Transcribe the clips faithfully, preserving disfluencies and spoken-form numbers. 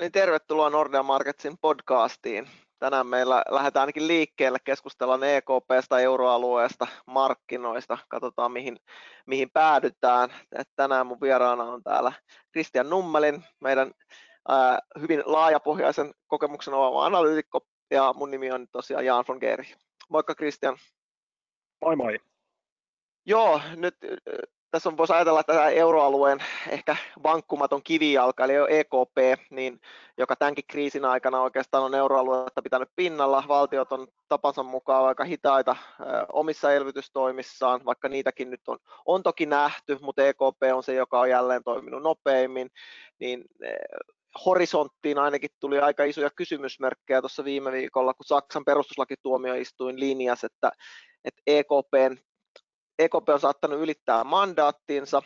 Niin, tervetuloa Nordea Marketsin podcastiin. Tänään meillä lähdetään ainakin liikkeelle, keskustellaan E K P:stä, euroalueesta, markkinoista, katsotaan mihin, mihin päädytään. Et tänään mun vieraana on täällä Christian Nummelin, meidän ää, hyvin laajapohjaisen kokemuksen omaava analyytikko, ja mun nimi on tosiaan Jan von Geeri. Moikka Christian. Moi moi. Joo, nyt tässä on, voisi ajatella, että tämä euroalueen ehkä vankkumaton kivijalka, eli E K P, niin, joka tämänkin kriisin aikana oikeastaan on euroaluetta pitänyt pinnalla. Valtiot on tapansa mukaan aika hitaita ö, omissa elvytystoimissaan, vaikka niitäkin nyt on, on toki nähty, mutta E K P on se, joka on jälleen toiminut nopeimmin. Niin, eh, horisonttiin ainakin tuli aika isoja kysymysmerkkejä tuossa viime viikolla, kun Saksan perustuslakituomioistuin linjasi, että, että E K P:n E K P on saattanut ylittää mandaattinsa.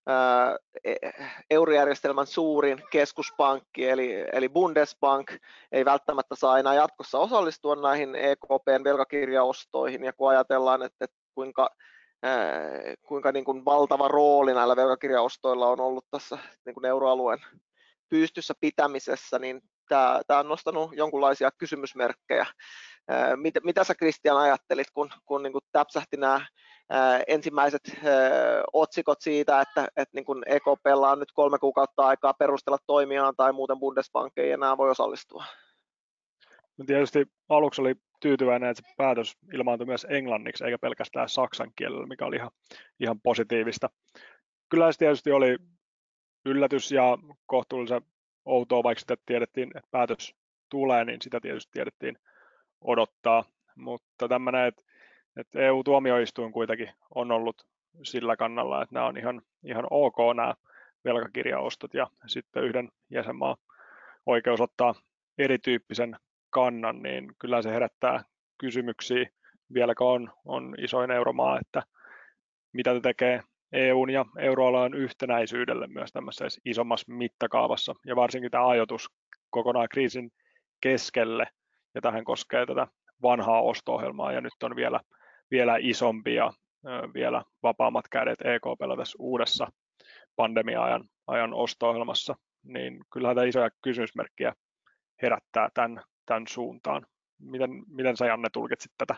Eurojärjestelmän suurin keskuspankki eli, eli Bundesbank ei välttämättä saa enää jatkossa osallistua näihin E K P:n velkakirjaostoihin, ja kun ajatellaan, että, että kuinka, ää, kuinka niin kuin valtava rooli näillä velkakirjaostoilla on ollut tässä niin kuin euroalueen pystyssä pitämisessä, niin tämä, tämä on nostanut jonkinlaisia kysymysmerkkejä. Mitä, mitä sä Christian ajattelit, kun, kun niin kuin täpsähti nämä ää, ensimmäiset ää, otsikot siitä, että, että niin kuin E K P:lla on nyt kolme kuukautta aikaa perustella toimiaan tai muuten Bundesbank ei enää voi osallistua? No tietysti aluksi oli tyytyväinen, että se päätös ilmaantui myös englanniksi eikä pelkästään saksan kielellä, mikä oli ihan, ihan positiivista. Kyllä se tietysti oli yllätys ja kohtuullisen outoa, vaikka sitä tiedettiin, että päätös tulee, niin sitä tietysti tiedettiin odottaa, mutta tämmöinen, että, että E U-tuomioistuin kuitenkin on ollut sillä kannalla, että nämä on ihan, ihan ok nämä velkakirjaostot, ja sitten yhden jäsenmaan oikeus ottaa erityyppisen kannan, niin kyllä se herättää kysymyksiä, vieläkö on, on isoin euromaa, että mitä se tekee E U:n ja euroalueen yhtenäisyydelle myös tämmöisessä isommassa mittakaavassa, ja varsinkin tämä ajoitus kokonaan kriisin keskelle, ja tähän koskee tätä vanhaa osto-ohjelmaa, ja nyt on vielä, vielä isompi ja vielä vapaammat kädet E K P:llä tässä uudessa pandemia-ajan ajan osto-ohjelmassa, niin kyllähän tämä isoja kysymysmerkkiä herättää tämän, tämän suuntaan. Miten, miten sä, Janne, tulkitsit tätä?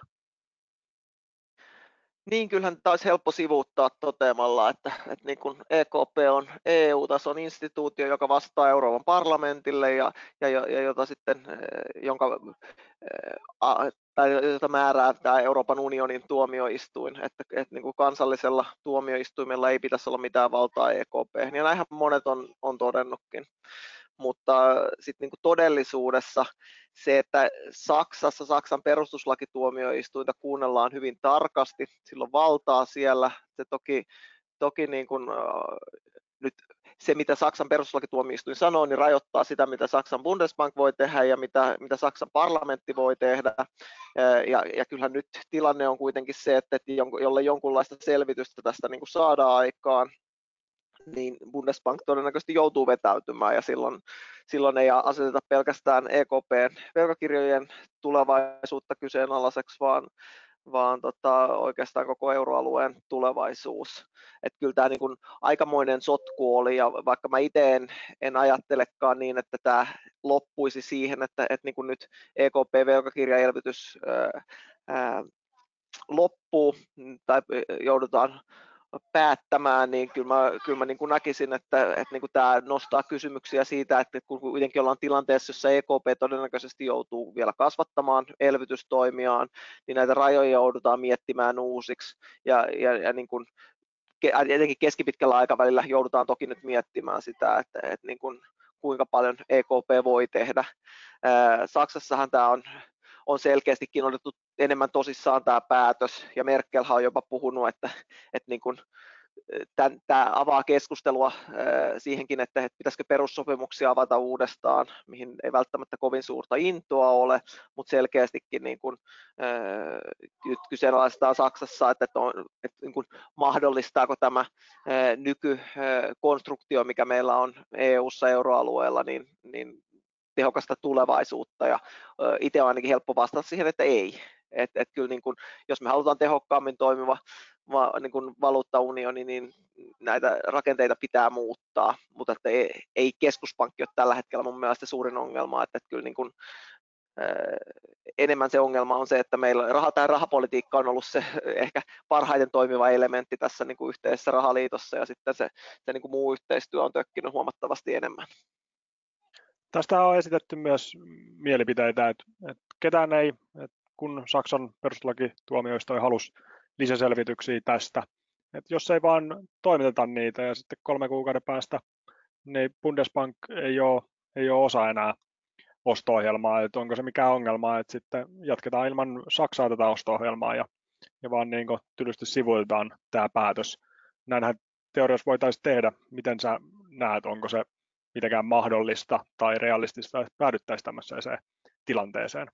Niin, kyllähän tämä olisi helppo sivuuttaa toteamalla, että, että niin kuin E K P on E U-tason instituutio, joka vastaa Euroopan parlamentille ja, ja, ja jota sitten, jonka, tai jota määrää tämä Euroopan unionin tuomioistuin, että, että niin kuin kansallisella tuomioistuimella ei pitäisi olla mitään valtaa E K P, ja näinhän monet on, on todennutkin. Mutta sitten niin todellisuudessa se, että Saksassa Saksan perustuslakituomioistuinta kuunnellaan hyvin tarkasti, sillä on valtaa siellä, se toki, toki niin kuin, äh, nyt se, mitä Saksan perustuslakituomioistuin sanoo, niin rajoittaa sitä, mitä Saksan Bundesbank voi tehdä ja mitä, mitä Saksan parlamentti voi tehdä. Ja, ja kyllähän nyt tilanne on kuitenkin se, että jolle jonkunlaista selvitystä tästä niin kuin saadaan aikaan, niin Bundesbank todennäköisesti joutuu vetäytymään, ja silloin, silloin ei aseteta pelkästään E K P:n velkakirjojen tulevaisuutta kyseenalaiseksi, vaan, vaan tota, oikeastaan koko euroalueen tulevaisuus. Että kyllä tämä niin kuin aikamoinen sotku oli, ja vaikka mä itse en, en ajattelekaan niin, että tämä loppuisi siihen, että, että niin kuin nyt E K P-velkakirjaelvytys ää, ää, loppuu tai joudutaan päättämään, niin kyllä mä, kyllä mä niin kuin näkisin, että, että niin kuin tämä nostaa kysymyksiä siitä, että kun kuitenkin ollaan tilanteessa, jossa E K P todennäköisesti joutuu vielä kasvattamaan elvytystoimiaan, niin näitä rajoja joudutaan miettimään uusiksi, ja, ja, ja niin kuin, etenkin keskipitkällä aikavälillä joudutaan toki nyt miettimään sitä, että, että niin kuin, kuinka paljon E K P voi tehdä. Saksassahan tämä on on selkeästikin otettu enemmän tosissaan tämä päätös, ja Merkelhän on jopa puhunut, että, että niin kuin, tämän, tämä avaa keskustelua siihenkin, että, että pitäisikö perussopimuksia avata uudestaan, mihin ei välttämättä kovin suurta intoa ole, mutta selkeästikin niin kuin, äh, kyseenalaistaa Saksassa, että, että, on, että niin kuin, mahdollistaako tämä äh, nykykonstruktio, mikä meillä on E U:ssa euroalueella, niin, niin tehokasta tulevaisuutta, ja itse on ainakin helppo vastata siihen, että ei. Et, et kyllä niin kun, jos me halutaan tehokkaammin toimiva va, niin kuin valuuttaunioni, niin näitä rakenteita pitää muuttaa, mutta että ei, ei keskuspankki ole tällä hetkellä mun mielestä suurin ongelma, että, että kyllä niin kuin, enemmän se ongelma on se, että meillä raha, tämä rahapolitiikka on ollut se ehkä parhaiten toimiva elementti tässä niin kuin yhteisessä rahaliitossa, ja sitten se, se niin kuin muu yhteistyö on tökkinyt huomattavasti enemmän. Tästä on esitetty myös mielipiteitä, että, että ketään ei, että kun Saksan perustuslakituomioistuin halusi lisäselvityksiä tästä, että jos ei vaan toimiteta niitä ja sitten kolme kuukauden päästä, niin Bundesbank ei ole, ei ole osa enää osto-ohjelmaa, että onko se mikään ongelma, että sitten jatketaan ilman Saksaa tätä osto-ohjelmaa ja, ja vaan niin kuin tylysti sivuiltaan tämä päätös. Näinhän teoriassa voitaisiin tehdä. Miten sä näet, onko se mitenkään mahdollista tai realistista, että päädyttäisiin tämmöiseen tilanteeseen?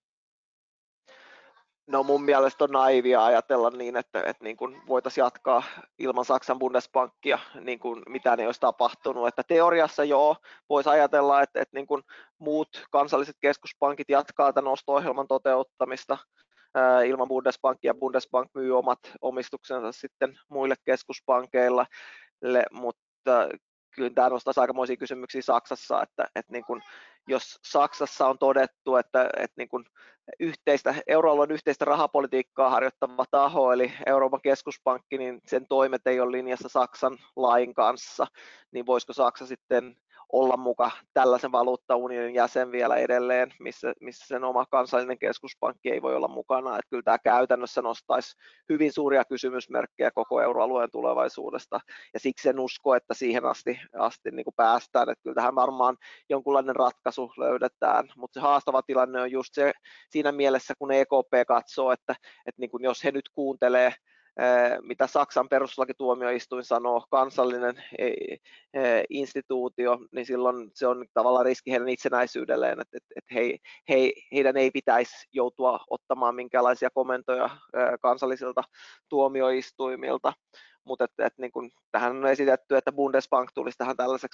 No mun mielestä on naivia ajatella niin, että, että niin kuin voitaisiin jatkaa ilman Saksan Bundesbankia, niin kuin mitään ei olisi tapahtunut. Että teoriassa joo, voisi ajatella, että, että niin kuin muut kansalliset keskuspankit jatkaa tämän osto-ohjelman toteuttamista ää, ilman Bundesbankia. Bundesbank myy omat omistuksensa sitten muille keskuspankeille, mutta kyllä tämä nostaisi aikamoisia kysymyksiä Saksassa, että, että niin kuin, jos Saksassa on todettu, että, että niin kuin yhteistä, euroalueen yhteistä rahapolitiikkaa harjoittava taho, eli Euroopan keskuspankki, niin sen toimet ei ole linjassa Saksan lain kanssa, niin voisiko Saksa sitten olla muka tällaisen valuuttaunionin jäsen vielä edelleen, missä, missä sen oma kansallinen keskuspankki ei voi olla mukana. Että kyllä tämä käytännössä nostaisi hyvin suuria kysymysmerkkejä koko euroalueen tulevaisuudesta, ja siksi en usko, että siihen asti, asti niin kuin päästään. Että kyllä tähän varmaan jonkunlainen ratkaisu löydetään, mutta se haastava tilanne on just se siinä mielessä, kun E K P katsoo, että, että niin kuin jos he nyt kuuntelee, mitä Saksan perustuslakituomioistuin sanoo, kansallinen instituutio, niin silloin se on tavallaan riski heidän itsenäisyydelleen, että, että he, he, heidän ei pitäisi joutua ottamaan minkäänlaisia komentoja kansallisilta tuomioistuimilta, mutta että, että niin kuin, tähän on esitetty, että Bundesbank tulisi tähän tällaiseksi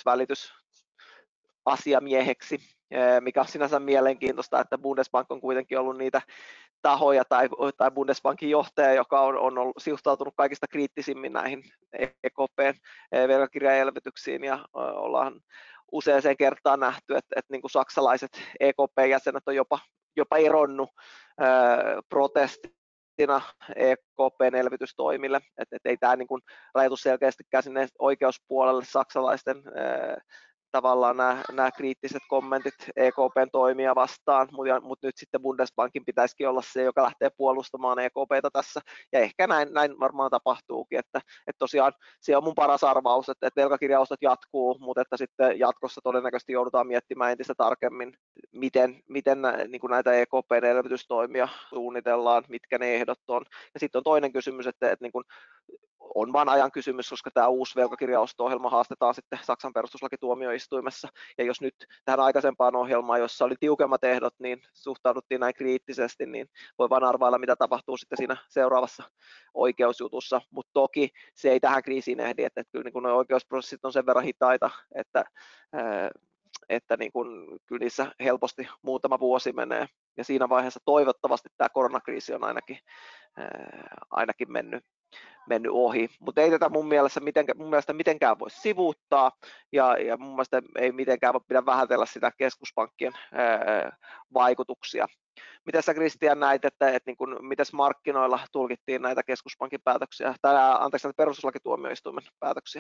välitysasiamieheksi, mikä on sinänsä mielenkiintoista, että Bundesbank on kuitenkin ollut niitä tahoja tai, tai Bundesbankin johtaja, joka on, on ollut, suhtautunut kaikista kriittisimmin näihin E K P:n velkakirjaelvytyksiin, ja ollaan useaseen kertaan nähty, että, että niin kuin saksalaiset E K P-jäsenet on jopa, jopa eronnut ää, protestina E K P:n elvytystoimille, että, että ei tämä niin kuin rajoitu selkeästikään sinne oikeuspuolelle saksalaisten ää, tavallaan nämä, nämä kriittiset kommentit E K P:n toimia vastaan, mutta, mutta nyt sitten Bundesbankin pitäisikin olla se, joka lähtee puolustamaan E K P:tä tässä, ja ehkä näin, näin varmaan tapahtuukin, että, että tosiaan se on mun paras arvaus, että, että velkakirjaostot jatkuu, mutta että sitten jatkossa todennäköisesti joudutaan miettimään entistä tarkemmin, miten, miten niin kuin näitä E K P:n elvytystoimia suunnitellaan, mitkä ne ehdot on, ja sitten on toinen kysymys, että, että niin kuin on vain ajan kysymys, koska tämä uusi velkakirjaosto-ohjelma haastetaan sitten Saksan perustuslakituomioistuimessa, ja jos nyt tähän aikaisempaan ohjelmaan, jossa oli tiukemmat ehdot, niin suhtauduttiin näin kriittisesti, niin voi vain arvailla, mitä tapahtuu sitten siinä seuraavassa oikeusjutussa, mutta toki se ei tähän kriisiin ehdi, että, että kyllä niin nuo oikeusprosessit on sen verran hitaita, että, että niin kuin, kyllä niissä helposti muutama vuosi menee, ja siinä vaiheessa toivottavasti tämä koronakriisi on ainakin, ainakin mennyt mennyt ohi, mutta ei tätä mun mielestä mitenkään, mun mielestä mitenkään voi sivuuttaa, ja, ja mun mielestä ei mitenkään voi pidä vähätellä sitä keskuspankkien ää, vaikutuksia. Miten sä, Kristian, näit, että, että niin kuin, mites markkinoilla tulkittiin näitä keskuspankin päätöksiä, tai anteeksi, näitä perustuslakituomioistuimen päätöksiä?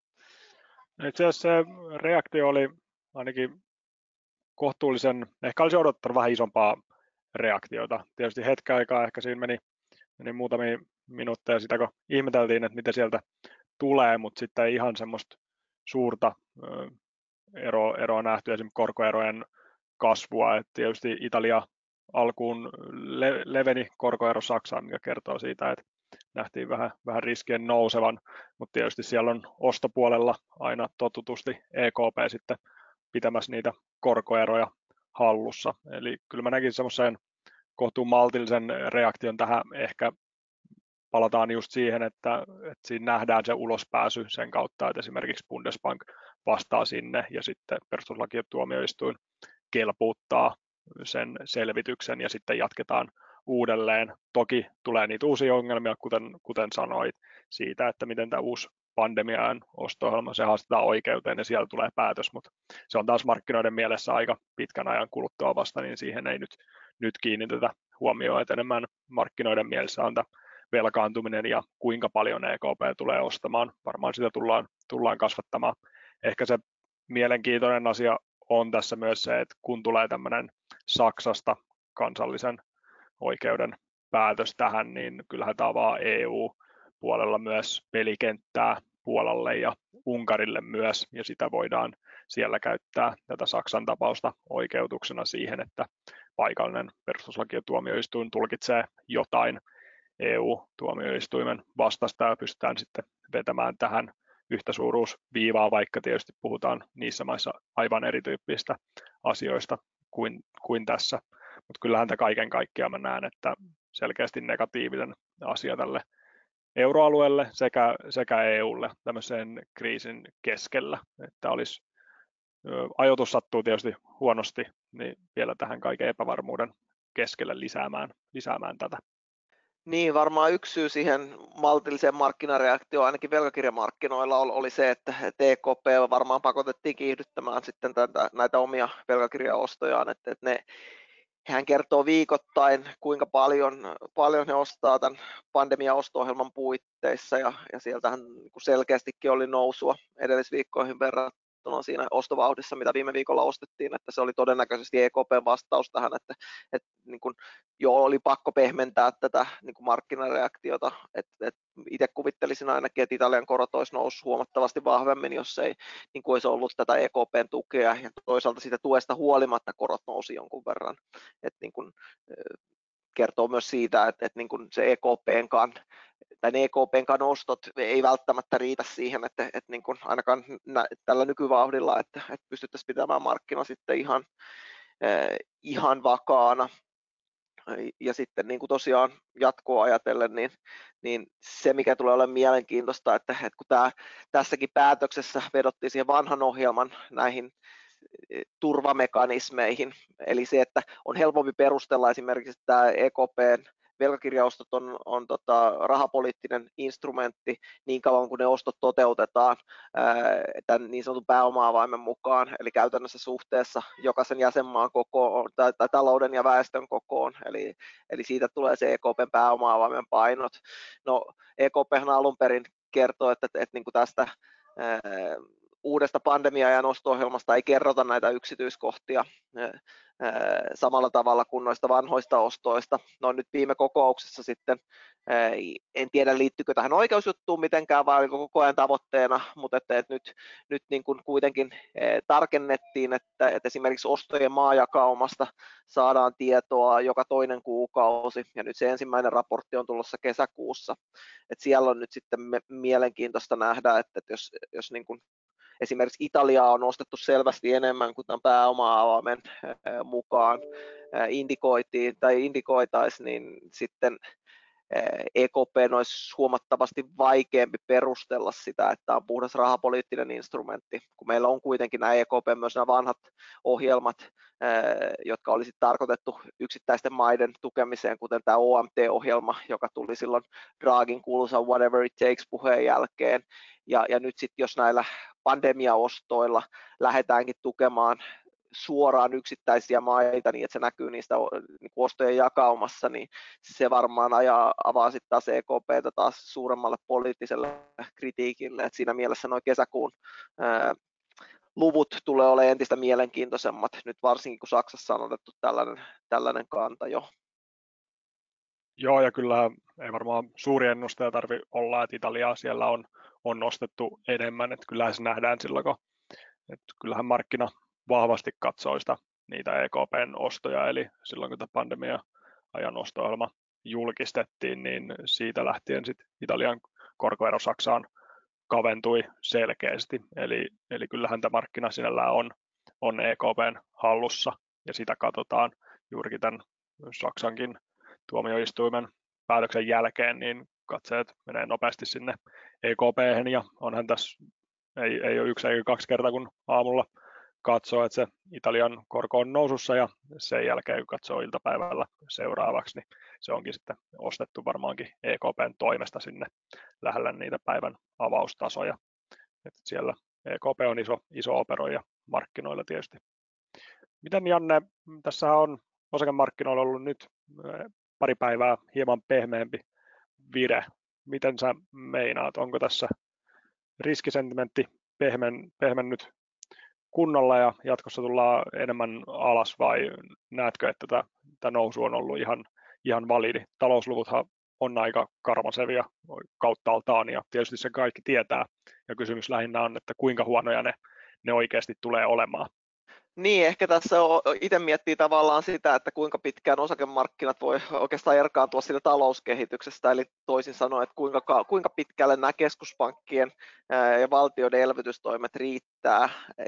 Itse asiassa se reaktio oli ainakin kohtuullisen, ehkä olisi odottanut vähän isompaa reaktiota. Tietysti hetken aikaa ehkä siinä meni, meni muutamia minuutteja sitä, kun ihmeteltiin, että mitä sieltä tulee, mutta sitten ei ihan semmoista suurta ero, eroa nähty, esimerkiksi korkoerojen kasvua. Et tietysti Italia alkuun le, leveni korkoero Saksaan, mikä kertoo siitä, että nähtiin vähän, vähän riskien nousevan, mutta tietysti siellä on ostopuolella aina totutusti E K P sitten pitämässä niitä korkoeroja hallussa. Eli kyllä mä näkisin semmoisen kohtuun maltillisen reaktion tähän, ehkä palataan just siihen, että, että siinä nähdään se ulospääsy sen kautta, että esimerkiksi Bundesbank vastaa sinne ja sitten perustuslakituomioistuin kelpuuttaa sen selvityksen ja sitten jatketaan uudelleen. Toki tulee niitä uusia ongelmia, kuten, kuten sanoit, siitä, että miten tämä uusi pandemian osto-ohjelma, se haastetaan oikeuteen ja siellä tulee päätös, mutta se on taas markkinoiden mielessä aika pitkän ajan kuluttua vasta, niin siihen ei nyt, nyt kiinnitetä huomioon, että enemmän markkinoiden mielessä on tämä velkaantuminen ja kuinka paljon E K P tulee ostamaan. Varmaan sitä tullaan, tullaan kasvattamaan. Ehkä se mielenkiintoinen asia on tässä myös se, että kun tulee tämmöinen Saksasta kansallisen oikeuden päätös tähän, niin kyllähän tämä avaa E U-puolella myös pelikenttää Puolalle ja Unkarille myös, ja sitä voidaan siellä käyttää tätä Saksan tapausta oikeutuksena siihen, että paikallinen perustuslaki- ja tuomioistuin tulkitsee jotain E U-tuomioistuimen vastasta ja pystytään sitten vetämään tähän yhtä suuruusviivaa, vaikka tietysti puhutaan niissä maissa aivan erityyppistä asioista kuin, kuin tässä. Mutta kyllähän tämä kaiken kaikkiaan mä näen, että selkeästi negatiivinen asia tälle euroalueelle sekä, sekä E U:lle tämmöisen kriisin keskellä, että olisi, ajoitus sattuu tietysti huonosti, niin vielä tähän kaiken epävarmuuden keskelle lisäämään, lisäämään tätä. Niin, varmaan yksi syy siihen maltilliseen markkinareaktioon ainakin velkakirjamarkkinoilla oli se, että E K P varmaan pakotettiin kiihdyttämään sitten tätä, näitä omia velkakirjaostojaan, että, että ne, hän kertoo viikoittain, kuinka paljon, paljon he ostaa tämän pandemia-osto-ohjelman puitteissa, ja, ja sieltähän selkeästikin oli nousua edellisviikkoihin verrattuna siinä ostovauhdissa, mitä viime viikolla ostettiin, että se oli todennäköisesti E K P:n vastaus tähän, että, että niin kuin jo oli pakko pehmentää tätä niin kuin markkinareaktiota, että, että itse kuvittelisin ainakin, että Italian korot olisi noussut huomattavasti vahvemmin, jos ei niin kuin olisi ollut tätä E K P:n tukea, ja toisaalta siitä tuesta huolimatta korot nousi jonkun verran, että niin kuin, kertoo myös siitä, että, että niin kuin se E K P:n kan tai ne E K P:n ostot ei välttämättä riitä siihen, että, että niin kuin ainakaan nä, tällä nykyvauhdilla, että, että pystyttäisiin pitämään markkina sitten ihan, eh, ihan vakaana. Ja sitten niin kuin tosiaan jatkoa ajatellen, niin, niin se mikä tulee olemaan mielenkiintoista, että, että kun tämä, tässäkin päätöksessä vedottiin siihen vanhan ohjelman näihin turvamekanismeihin, eli se, että on helpompi perustella esimerkiksi, että tämä E K P:n velkakirjaostot on, on tota, rahapoliittinen instrumentti niin kauan kuin ne ostot toteutetaan ää, tämän niin sanotun pääoma-avaimen mukaan, eli käytännössä suhteessa jokaisen jäsenmaan kokoon tai, tai talouden ja väestön kokoon, eli, eli siitä tulee se E K P:n pääoma-avaimen painot. No E K P:han alun perin kertoo, että, että, että niin kuin tästä ää, uudesta pandemia-ajan osto-ohjelmasta ei kerrota näitä yksityiskohtia samalla tavalla kuin noista vanhoista ostoista. No nyt viime kokouksessa sitten, en tiedä liittyykö tähän oikeusjuttuun mitenkään vai oliko koko ajan tavoitteena, mutta että, että nyt, nyt niin kuin kuitenkin tarkennettiin, että, että esimerkiksi ostojen maajakaumasta saadaan tietoa joka toinen kuukausi, ja nyt se ensimmäinen raportti on tulossa kesäkuussa. Että siellä on nyt sitten mielenkiintoista nähdä, että jos, jos niin kuin esimerkiksi Italiaa on ostettu selvästi enemmän kuin tämän pääoma-avaimen mukaan indikoitiin tai indikoitaisiin, niin sitten E K P olisi huomattavasti vaikeampi perustella sitä, että tämä on puhdas rahapoliittinen instrumentti, kun meillä on kuitenkin nämä E K P myös nämä vanhat ohjelmat, jotka olisi tarkoitettu yksittäisten maiden tukemiseen, kuten tämä O M T-ohjelma, joka tuli silloin Draghin kuuluisan Whatever It Takes -puheen jälkeen, ja, ja nyt sitten jos näillä pandemiaostoilla lähdetäänkin tukemaan suoraan yksittäisiä maita niin, että se näkyy niistä niin ostojen jakaumassa, niin se varmaan ajaa, avaa sitten taas E K P:tä taas suuremmalle poliittiselle kritiikille. Et siinä mielessä nuo kesäkuun ää, luvut tulee olemaan entistä mielenkiintoisemmat, nyt varsinkin kun Saksassa on otettu tällainen, tällainen kanta jo. Joo, ja kyllä ei varmaan suuri ennustaja tarvitse olla, että Italiaa siellä on, on nostettu enemmän, että kyllähän se nähdään silloin, kun että kyllähän markkina vahvasti katsoo sitä, niitä E K P:n ostoja, eli silloin kun tämä pandemia-ajan osto-ohjelma julkistettiin, niin siitä lähtien sit Italian korkoero Saksaan kaventui selkeästi, eli, eli kyllähän tämä markkina sinällään on, on E K P:n hallussa, ja sitä katsotaan juurikin tämän Saksankin tuomioistuimen päätöksen jälkeen, niin katseet menee nopeasti sinne E K P:hen, ja onhan tässä, ei, ei ole yksi eikä kaksi kertaa, kun aamulla katsoo, että se Italian korko on nousussa ja sen jälkeen kun katsoo iltapäivällä seuraavaksi, niin se onkin sitten ostettu varmaankin E K P:n toimesta sinne lähellä niitä päivän avaustasoja. Että siellä E K P on iso, iso operoija markkinoilla tietysti. Miten Janne, tässä on osakemarkkinoilla ollut nyt pari päivää hieman pehmeämpi vire. Miten sä meinaat, onko tässä riskisentimentti pehmen, pehmennyt kunnolla ja jatkossa tullaan enemmän alas vai näetkö, että tämä, tämä nousu on ollut ihan, ihan validi? Talousluvuthan on aika karmasevia kauttaaltaan ja tietysti se kaikki tietää ja kysymys lähinnä on, että kuinka huonoja ne, ne oikeasti tulee olemaan. Niin, ehkä tässä itse miettii tavallaan sitä, että kuinka pitkään osakemarkkinat voi oikeastaan erkaantua siitä talouskehityksestä, eli toisin sanoen, että kuinka, kuinka pitkälle nämä keskuspankkien ja valtioiden elvytystoimet riittää,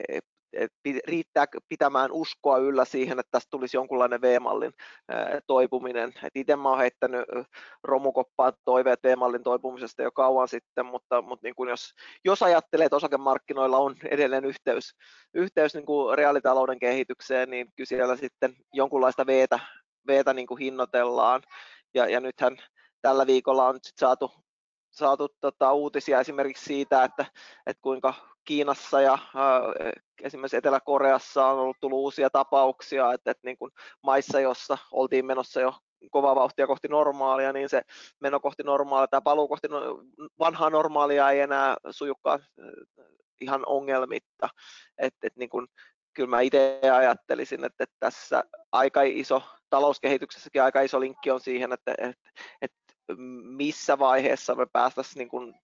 riittää pitämään uskoa yllä siihen, että tästä tulisi jonkunlainen V-mallin toipuminen. Itse mä oon heittänyt romukoppaan toiveet V-mallin toipumisesta jo kauan sitten, mutta, mutta niin kuin jos, jos ajattelee, että osakemarkkinoilla on edelleen yhteys, yhteys niin kuin reaalitalouden kehitykseen, niin kyllä siellä sitten jonkunlaista V-tä, V-tä niin kuin hinnoitellaan. Ja, ja nythän tällä viikolla on sit saatu, saatu tota, uutisia esimerkiksi siitä, että, että kuinka Kiinassa ja äh, esimerkiksi Etelä-Koreassa on ollut tullut uusia tapauksia, että, että niin kuin maissa, jossa oltiin menossa jo kovaa vauhtia kohti normaalia, niin se meno kohti normaalia tai paluu kohti vanhaa normaalia ei enää sujukaan ihan ongelmitta. Et, et niin kuin, kyllä mä itse ajattelisin, että, että tässä aika iso, talouskehityksessäkin aika iso linkki on siihen, että, että, että missä vaiheessa me päästäisiin niin kuin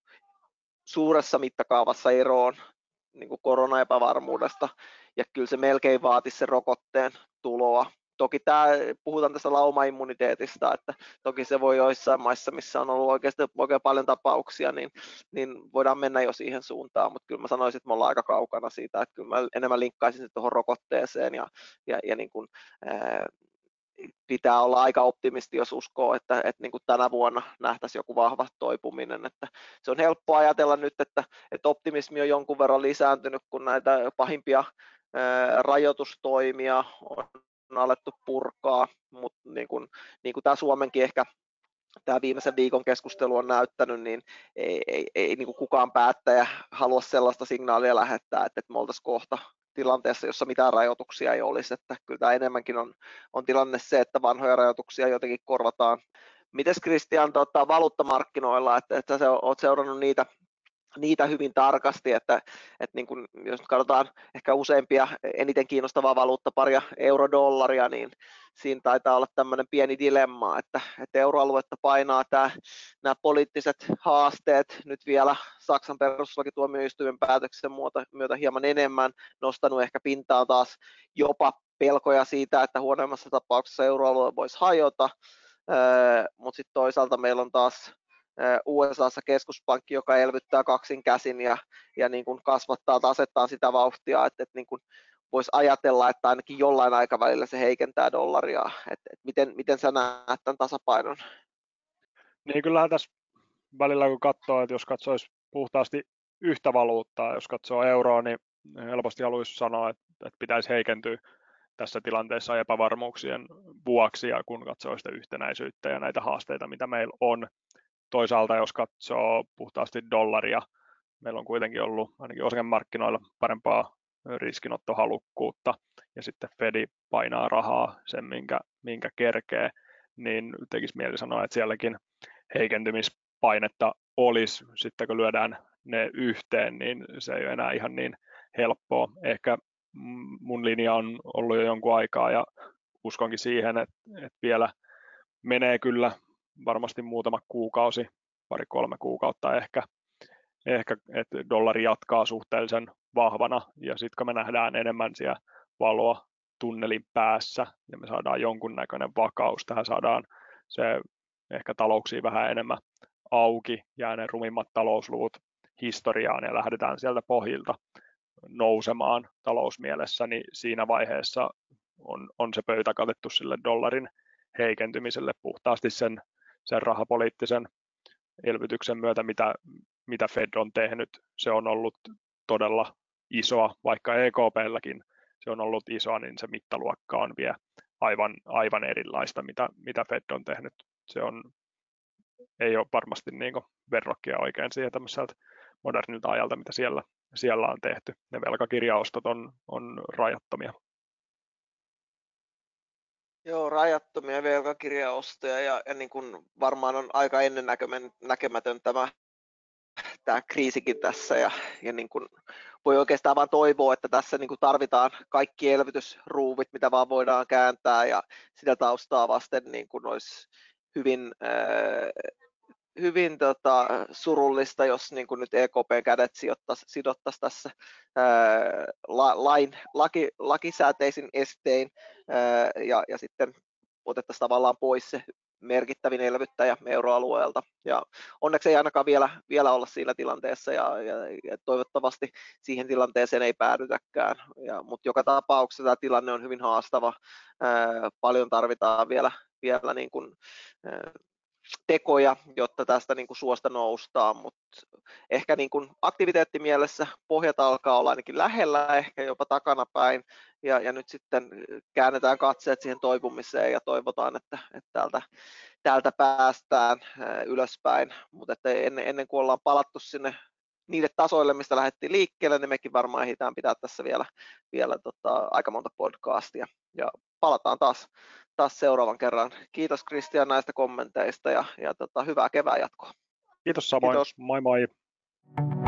suuressa mittakaavassa eroon niin kuin koronaepävarmuudesta, ja kyllä se melkein vaatisi sen rokotteen tuloa. Toki tämä, puhutaan tästä laumaimmuniteetista, että toki se voi joissain maissa, missä on ollut oikeasti oikein paljon tapauksia, niin, niin voidaan mennä jo siihen suuntaan, mutta kyllä mä sanoisin, että me ollaan aika kaukana siitä, että kyllä mä enemmän linkkaisin se tuohon rokotteeseen, ja, ja, ja niin kuin, ää, pitää olla aika optimisti, jos uskoo, että, että niin kuin tänä vuonna nähtäisiin joku vahva toipuminen. Että se on helppo ajatella nyt, että, että optimismi on jonkun verran lisääntynyt, kun näitä pahimpia ää, rajoitustoimia on alettu purkaa, mutta niin kuin, niin kuin tämä Suomenkin ehkä tämä viimeisen viikon keskustelu on näyttänyt, niin ei, ei, ei niin kuin kukaan päättäjä halua sellaista signaalia lähettää, että, että me oltaisiin kohta tilanteessa, jossa mitään rajoituksia ei olisi, että kyllä tämä enemmänkin on, on tilanne se, että vanhoja rajoituksia jotenkin korvataan. Mites Kristian tota, valuuttamarkkinoilla, että, että sä oot seurannut niitä, niitä hyvin tarkasti, että, että niin kun, jos katsotaan ehkä useimpia eniten kiinnostavaa valuuttaparia euro-dollaria, niin siinä taitaa olla tämmöinen pieni dilemma, että, että euroaluetta painaa tämä, nämä poliittiset haasteet nyt vielä Saksan perustuslakituomioistuimen päätöksen myötä hieman enemmän, nostanut ehkä pintaan taas jopa pelkoja siitä, että huonoimmassa tapauksessa euroalue voisi hajota, mutta sitten toisaalta meillä on taas U S A:ssa keskuspankki, joka elvyttää kaksin käsin ja, ja niin kuin kasvattaa tasettaan sitä vauhtia, että, että niin kuin voisi ajatella, että ainakin jollain aikavälillä se heikentää dollaria. Että, että miten, miten sä näet tämän tasapainon? Niin kyllähän tässä välillä kun katsoo, että jos katsoisi puhtaasti yhtä valuuttaa, jos katsoo euroa, niin helposti haluaisi sanoa, että, että pitäisi heikentyä tässä tilanteessa epävarmuuksien vuoksi, ja kun katsoo sitä yhtenäisyyttä ja näitä haasteita, mitä meillä on. Toisaalta jos katsoo puhtaasti dollaria, meillä on kuitenkin ollut ainakin osakemarkkinoilla parempaa riskinottohalukkuutta, ja sitten Fedi painaa rahaa sen, minkä, minkä kerkee, niin tekisi mieli sanoa, että sielläkin heikentymispainetta olisi. Sitten kun lyödään ne yhteen, niin se ei ole enää ihan niin helppoa. Ehkä mun linja on ollut jo jonkun aikaa, ja uskonkin siihen, että, että vielä menee kyllä varmasti muutama kuukausi, pari-kolme kuukautta ehkä, ehkä että dollari jatkaa suhteellisen vahvana, ja sitten kun me nähdään enemmän siellä valoa tunnelin päässä, ja me saadaan jonkunnäköinen vakaus, tähän saadaan se ehkä talouksia vähän enemmän auki, jää ne rumimmat talousluvut historiaan, ja lähdetään sieltä pohjilta nousemaan talousmielessä, niin siinä vaiheessa on, on se pöytä katettu sille dollarin heikentymiselle puhtaasti sen, sen rahapoliittisen elvytyksen myötä, mitä, mitä Fed on tehnyt. Se on ollut todella isoa, vaikka E K P:lläkin se on ollut isoa, niin se mittaluokka on vielä aivan, aivan erilaista, mitä, mitä Fed on tehnyt. Se on, ei ole varmasti niin kuin verrokkia oikein siihen tämmöiseltä modernilta ajalta, mitä siellä, siellä on tehty. Ne velkakirjaostot on, on rajattomia. Joo, rajattomia velkakirjaostoja ja, ja niin kuin varmaan on aika ennennäkemätön tämä, tämä kriisikin tässä ja, ja niin kuin voi oikeastaan vaan toivoa, että tässä niin kuin tarvitaan kaikki elvytysruuvit, mitä vaan voidaan kääntää ja sitä taustaa vasten niin kuin olisi hyvin, äh, hyvin tota, surullista, jos niin kuin nyt E K P:n kädet sidottaisiin tässä ää, la, lain, laki, lakisääteisin estein ää, ja, ja sitten otettaisiin tavallaan pois se merkittävin elvyttäjä euroalueelta. Ja onneksi ei ainakaan vielä, vielä olla siinä tilanteessa ja, ja, ja toivottavasti siihen tilanteeseen ei päädytäkään. Ja, mutta joka tapauksessa tämä tilanne on hyvin haastava. Ää, paljon tarvitaan vielä, vielä niin kuin, ää, tekoja, jotta tästä niin kuin suosta noustaan, mutta ehkä niin kuin aktiviteettimielessä pohjat alkaa olla ainakin lähellä, ehkä jopa takanapäin, ja, ja nyt sitten käännetään katseet siihen toipumiseen ja toivotaan, että, että täältä, täältä päästään ylöspäin, mutta että ennen, ennen kuin ollaan palattu sinne niille tasoille, mistä lähdettiin liikkeelle, niin mekin varmaan ehditään pitää tässä vielä, vielä tota, aika monta podcastia, ja palataan taas taas seuraavan kerran. Kiitos Kristian näistä kommenteista ja, ja tota, hyvää kevään jatkoa. Kiitos samoin. Kiitos. Moi moi.